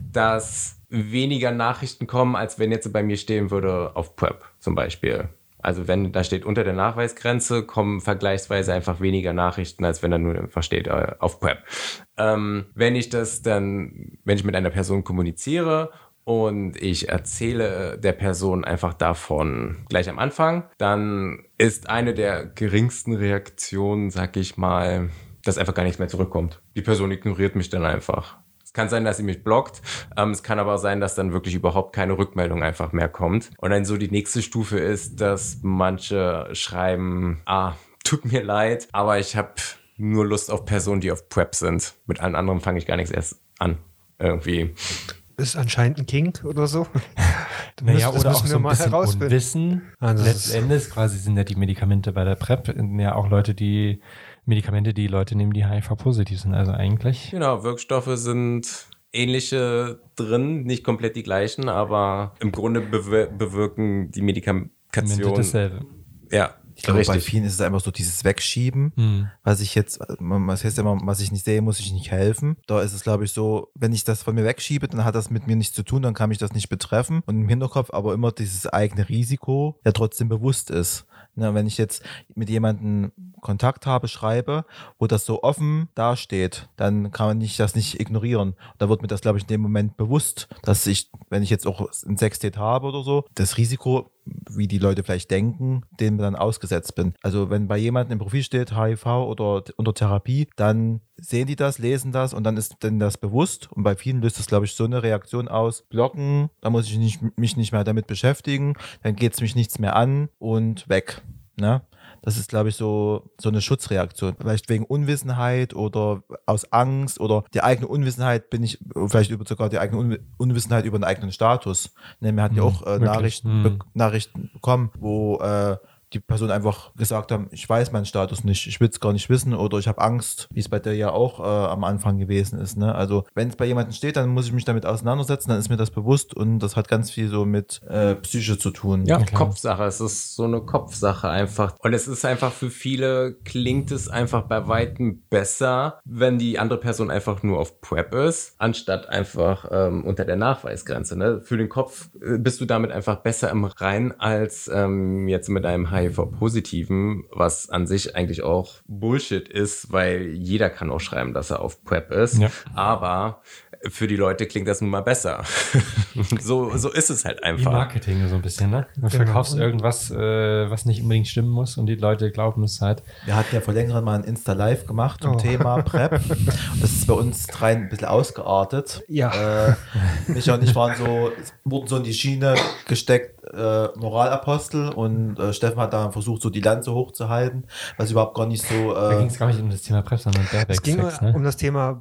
dass weniger Nachrichten kommen, als wenn jetzt bei mir stehen würde auf PrEP zum Beispiel. Also wenn da steht unter der Nachweisgrenze, kommen vergleichsweise einfach weniger Nachrichten, als wenn da nur einfach steht äh, auf PrEP. Ähm, wenn ich das dann, wenn ich mit einer Person kommuniziere und ich erzähle der Person einfach davon gleich am Anfang, dann ist eine der geringsten Reaktionen, sag ich mal, dass einfach gar nichts mehr zurückkommt. Die Person ignoriert mich dann einfach. Kann sein, dass sie mich blockt. Ähm, es kann aber auch sein, dass dann wirklich überhaupt keine Rückmeldung einfach mehr kommt. Und dann so die nächste Stufe ist, dass manche schreiben, ah, tut mir leid, aber ich habe nur Lust auf Personen, die auf PrEP sind. Mit allen anderen fange ich gar nichts erst an. Irgendwie. Ist anscheinend ein Kink oder so. Naja, müssen, oder auch so ein bisschen herausfinden. Unwissen. Ah, Letzten Endes quasi sind ja die Medikamente bei der PrEP ja auch Leute, die Medikamente, die Leute nehmen, die H I V-positiv sind. Also eigentlich. Genau, Wirkstoffe sind ähnliche drin, nicht komplett die gleichen, aber im Grunde bew- bewirken die Medikation dasselbe. Ja. Ich glaube, Richtig. bei vielen ist es einfach so dieses Wegschieben, hm. was ich jetzt, was heißt immer, was ich nicht sehe, muss ich nicht helfen. Da ist es, glaube ich, so, wenn ich das von mir wegschiebe, dann hat das mit mir nichts zu tun, dann kann mich das nicht betreffen. Und im Hinterkopf aber immer dieses eigene Risiko, der trotzdem bewusst ist. Na, wenn ich jetzt mit jemandem Kontakt habe, schreibe, wo das so offen dasteht, dann kann man nicht, das nicht ignorieren. Da wird mir das, glaube ich, in dem Moment bewusst, dass ich, wenn ich jetzt auch ein Sexdate habe oder so, das Risiko, wie die Leute vielleicht denken, dem dann ausgesetzt bin. Also wenn bei jemandem im Profil steht H I V oder unter Therapie, dann sehen die das, lesen das und dann ist denen das bewusst. Und bei vielen löst das, glaube ich, so eine Reaktion aus. Blocken, da muss ich nicht, mich nicht mehr damit beschäftigen, dann geht es mich nichts mehr an und weg. Ne? Das ist, glaube ich, so, so eine Schutzreaktion. Vielleicht wegen Unwissenheit oder aus Angst oder die eigene Unwissenheit bin ich, vielleicht über sogar die eigene Un- Unwissenheit über den eigenen Status. Ne, wir hatten ja auch äh, Nachrichten, be- Nachrichten bekommen, wo äh, die Person einfach gesagt haben, ich weiß meinen Status nicht, ich will es gar nicht wissen oder ich habe Angst, wie es bei dir ja auch äh, am Anfang gewesen ist. Ne? Also wenn es bei jemandem steht, dann muss ich mich damit auseinandersetzen, dann ist mir das bewusst und das hat ganz viel so mit äh, Psyche zu tun. Ja, Okay. Kopfsache. Es ist so eine Kopfsache einfach. Und es ist einfach für viele, klingt es einfach bei Weitem besser, wenn die andere Person einfach nur auf PrEP ist, anstatt einfach ähm, unter der Nachweisgrenze. Ne? Für den Kopf äh, bist du damit einfach besser im Rein als ähm, jetzt mit einem H I V-Positiven, was an sich eigentlich auch Bullshit ist, weil jeder kann auch schreiben, dass er auf PrEP ist. Ja. Aber für die Leute klingt das nun mal besser. so, so ist es halt Wie einfach. Marketing so ein bisschen, ne? Du Genau. verkaufst irgendwas, äh, was nicht unbedingt stimmen muss und die Leute glauben es halt. Wir hatten ja vor längerem mal ein Insta-Live gemacht zum Oh. Thema PrEP. Das ist bei uns drei ein bisschen ausgeartet. Ja. Äh, Micha und ich waren so, wurden so in die Schiene gesteckt, äh, Moralapostel und äh, Steffen hat da versucht, so die Lanze hochzuhalten, was überhaupt gar nicht so... Da Äh, ging es gar nicht um das Thema PrEP, sondern Es ging Bareback-Sex, ne? um das Thema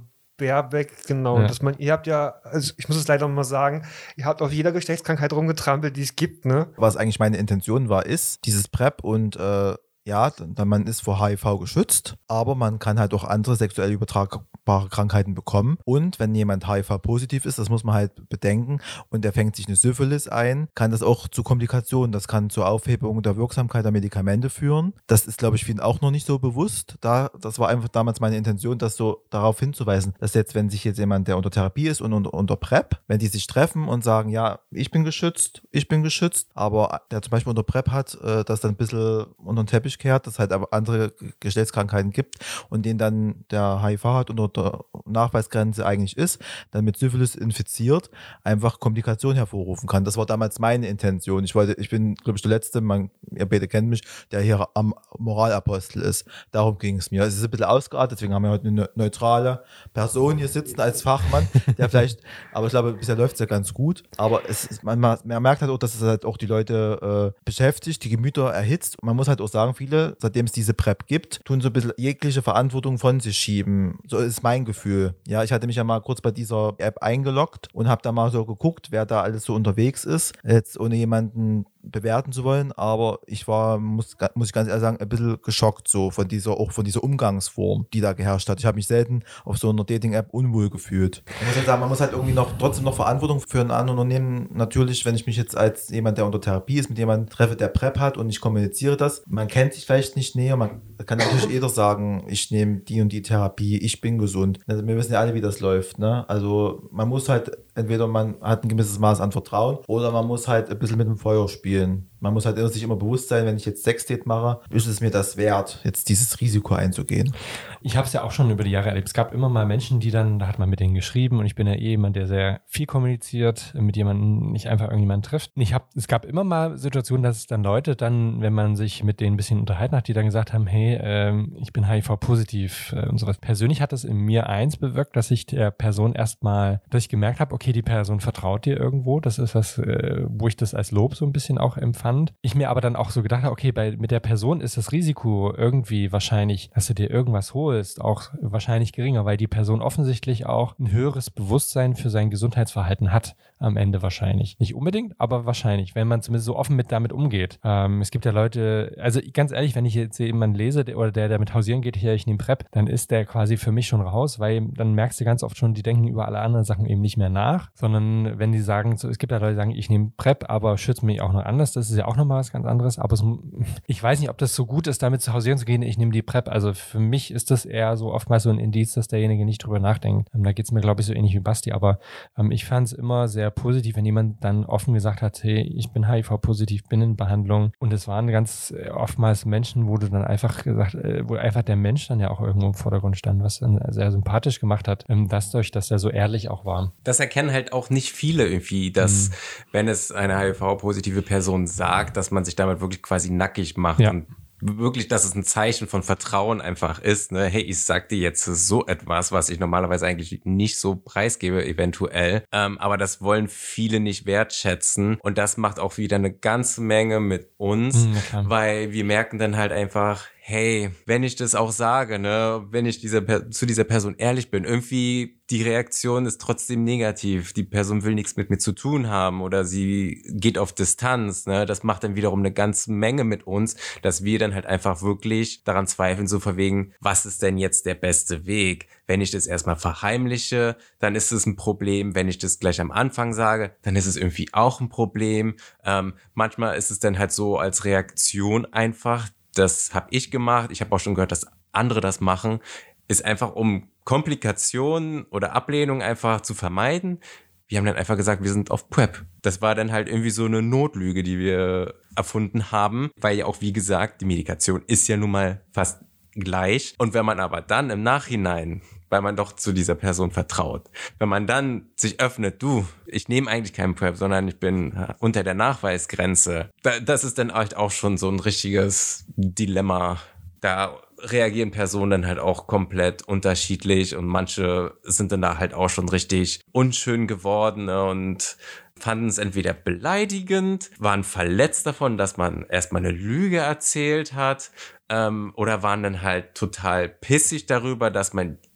Baerbeck, genau. Ja. Dass man, ihr habt ja, also ich muss es leider mal sagen, ihr habt auf jeder Geschlechtskrankheit rumgetrampelt, die es gibt, ne? Was eigentlich meine Intention war, ist dieses PrEP und äh, ja, dann man ist vor H I V geschützt, aber man kann halt auch andere sexuell übertragbare Krankheiten bekommen. Und wenn jemand H I V-positiv ist, das muss man halt bedenken, und er fängt sich eine Syphilis ein, kann das auch zu Komplikationen, das kann zur Aufhebung der Wirksamkeit der Medikamente führen. Das ist, glaube ich, vielen auch noch nicht so bewusst. Da, das war einfach damals meine Intention, das so darauf hinzuweisen, dass jetzt, wenn sich jetzt jemand, der unter Therapie ist und unter, unter PrEP, wenn die sich treffen und sagen, ja, ich bin geschützt, ich bin geschützt, aber der zum Beispiel unter PrEP hat, äh, das dann ein bisschen unter den Teppich kehrt, dass es halt aber andere Geschlechtskrankheiten gibt und den dann der H I V hat und unter der Nachweisgrenze eigentlich ist, dann mit Syphilis infiziert, einfach Komplikationen hervorrufen kann. Das war damals meine Intention. Ich wollte, ich bin, glaube ich, der Letzte, man, ihr beide kennt mich, der hier am Moralapostel ist. Darum ging es mir. Es ist ein bisschen ausgeartet, deswegen haben wir heute eine neutrale Person hier sitzen als Fachmann, der vielleicht, aber ich glaube, bisher läuft es ja ganz gut. Aber es ist, man, man merkt halt auch, dass es halt auch die Leute äh, beschäftigt, die Gemüter erhitzt. Man muss halt auch sagen, viele, seitdem es diese PrEP gibt, tun so ein bisschen jegliche Verantwortung von sich schieben. So ist mein Gefühl. Ja, ich hatte mich ja mal kurz bei dieser App eingeloggt und habe da mal so geguckt, wer da alles so unterwegs ist. Jetzt ohne jemanden bewerten zu wollen, aber ich war, muss, muss ich ganz ehrlich sagen, ein bisschen geschockt so von dieser, auch von dieser Umgangsform, die da geherrscht hat. Ich habe mich selten auf so einer Dating-App unwohl gefühlt. Man muss halt sagen, man muss halt irgendwie noch trotzdem noch Verantwortung für ein anderes Unternehmen. Natürlich, wenn ich mich jetzt als jemand, der unter Therapie ist, mit jemandem treffe, der PrEP hat und ich kommuniziere das, man kennt sich vielleicht nicht näher, man kann natürlich jeder sagen, ich nehme die und die Therapie, ich bin gesund. Wir wissen ja alle, wie das läuft, ne? Also man muss halt, entweder man hat ein gewisses Maß an Vertrauen oder man muss halt ein bisschen mit dem Feuer spielen. Man muss halt sich immer bewusst sein, wenn ich jetzt Sexdate mache, ist es mir das wert, jetzt dieses Risiko einzugehen. Ich habe es ja auch schon über die Jahre erlebt. Es gab immer mal Menschen, die dann, da hat man mit denen geschrieben und ich bin ja eh jemand, der sehr viel kommuniziert, mit jemandem nicht einfach irgendjemanden trifft. Ich hab, es gab immer mal Situationen, dass es dann Leute dann, wenn man sich mit denen ein bisschen unterhalten hat, die dann gesagt haben, hey, ähm, ich bin H I V-positiv äh, und sowas. Persönlich hat das in mir eins bewirkt, dass ich der Person erstmal, dass ich gemerkt habe, okay, die Person vertraut dir irgendwo. Das ist was, äh, wo ich das als Lob so ein bisschen auch empfand. Ich mir aber dann auch so gedacht habe, okay, bei, mit der Person ist das Risiko irgendwie wahrscheinlich, dass du dir irgendwas holst, auch wahrscheinlich geringer, weil die Person offensichtlich auch ein höheres Bewusstsein für sein Gesundheitsverhalten hat am Ende wahrscheinlich. Nicht unbedingt, aber wahrscheinlich, wenn man zumindest so offen mit damit umgeht. Ähm, es gibt ja Leute, also ganz ehrlich, wenn ich jetzt jemanden lese der, oder der damit hausieren geht, hier, ich nehme PrEP, dann ist der quasi für mich schon raus, weil dann merkst du ganz oft schon, die denken über alle anderen Sachen eben nicht mehr nach, sondern wenn die sagen, so, es gibt ja Leute, die sagen, ich nehme PrEP, aber schütze mich auch noch anders, das ist ja auch nochmal was ganz anderes, aber es, ich weiß nicht, ob das so gut ist, damit zu hausieren zu gehen, ich nehme die PrEP, also für mich ist das eher so oftmals so ein Indiz, dass derjenige nicht drüber nachdenkt. Ähm, da geht es mir, glaube ich, so ähnlich wie Basti, aber ähm, ich fand es immer sehr positiv, wenn jemand dann offen gesagt hat, hey, ich bin H I V-positiv, bin in Behandlung, und es waren ganz äh, oftmals Menschen, wo du dann einfach gesagt, äh, wo einfach der Mensch dann ja auch irgendwo im Vordergrund stand, was dann sehr sympathisch gemacht hat, ähm, dass durch, dass er so ehrlich auch war. Das erkennen halt auch nicht viele irgendwie, dass mhm. wenn es eine H I V-positive Person sagt, dass man sich damit wirklich quasi nackig macht ja. und wirklich, dass es ein Zeichen von Vertrauen einfach ist, ne? Hey, ich sag dir jetzt so etwas, was ich normalerweise eigentlich nicht so preisgebe, eventuell. Ähm, aber das wollen viele nicht wertschätzen. Und das macht auch wieder eine ganze Menge mit uns, mhm, weil wir merken dann halt einfach, hey, wenn ich das auch sage, ne, wenn ich dieser zu dieser Person ehrlich bin, irgendwie die Reaktion ist trotzdem negativ. Die Person will nichts mit mir zu tun haben oder sie geht auf Distanz, ne? Das macht dann wiederum eine ganze Menge mit uns, dass wir dann halt einfach wirklich daran zweifeln, so verwegen, was ist denn jetzt der beste Weg? Wenn ich das erstmal verheimliche, dann ist es ein Problem. Wenn ich das gleich am Anfang sage, dann ist es irgendwie auch ein Problem. Ähm, manchmal ist es dann halt so als Reaktion einfach, das habe ich gemacht, ich habe auch schon gehört, dass andere das machen, ist einfach, um Komplikationen oder Ablehnung einfach zu vermeiden. Wir haben dann einfach gesagt, wir sind auf PrEP. Das war dann halt irgendwie so eine Notlüge, die wir erfunden haben, weil ja auch, wie gesagt, die Medikation ist ja nun mal fast gleich. Und wenn man aber dann im Nachhinein, weil man doch zu dieser Person vertraut, wenn man dann sich öffnet, du, ich nehme eigentlich keinen PrEP, sondern ich bin unter der Nachweisgrenze, da, das ist dann halt auch schon so ein richtiges Dilemma. Da reagieren Personen dann halt auch komplett unterschiedlich und manche sind dann da halt auch schon richtig unschön geworden, ne, und fanden es entweder beleidigend, waren verletzt davon, dass man erstmal eine Lüge erzählt hat, ähm, oder waren dann halt total pissig darüber, dass man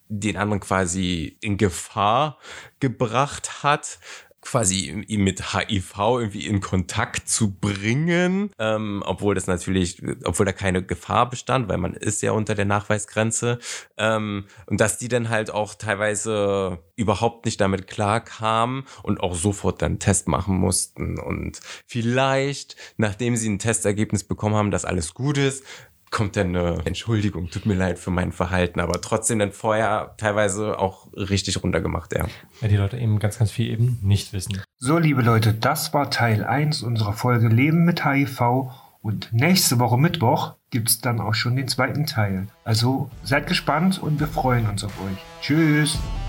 den anderen quasi in Gefahr gebracht hat, quasi ihn mit H I V irgendwie in Kontakt zu bringen, ähm, obwohl das natürlich, obwohl da keine Gefahr bestand, weil man ist ja unter der Nachweisgrenze, ähm, und dass die dann halt auch teilweise überhaupt nicht damit klarkamen und auch sofort dann einen Test machen mussten und vielleicht, nachdem sie ein Testergebnis bekommen haben, dass alles gut ist, kommt dann eine Entschuldigung, tut mir leid für mein Verhalten, aber trotzdem dann vorher teilweise auch richtig runtergemacht, ja. Weil die Leute eben ganz, ganz viel eben nicht wissen. So, liebe Leute, das war Teil eins unserer Folge Leben mit H I V und nächste Woche Mittwoch gibt es dann auch schon den zweiten Teil. Also seid gespannt und wir freuen uns auf euch. Tschüss!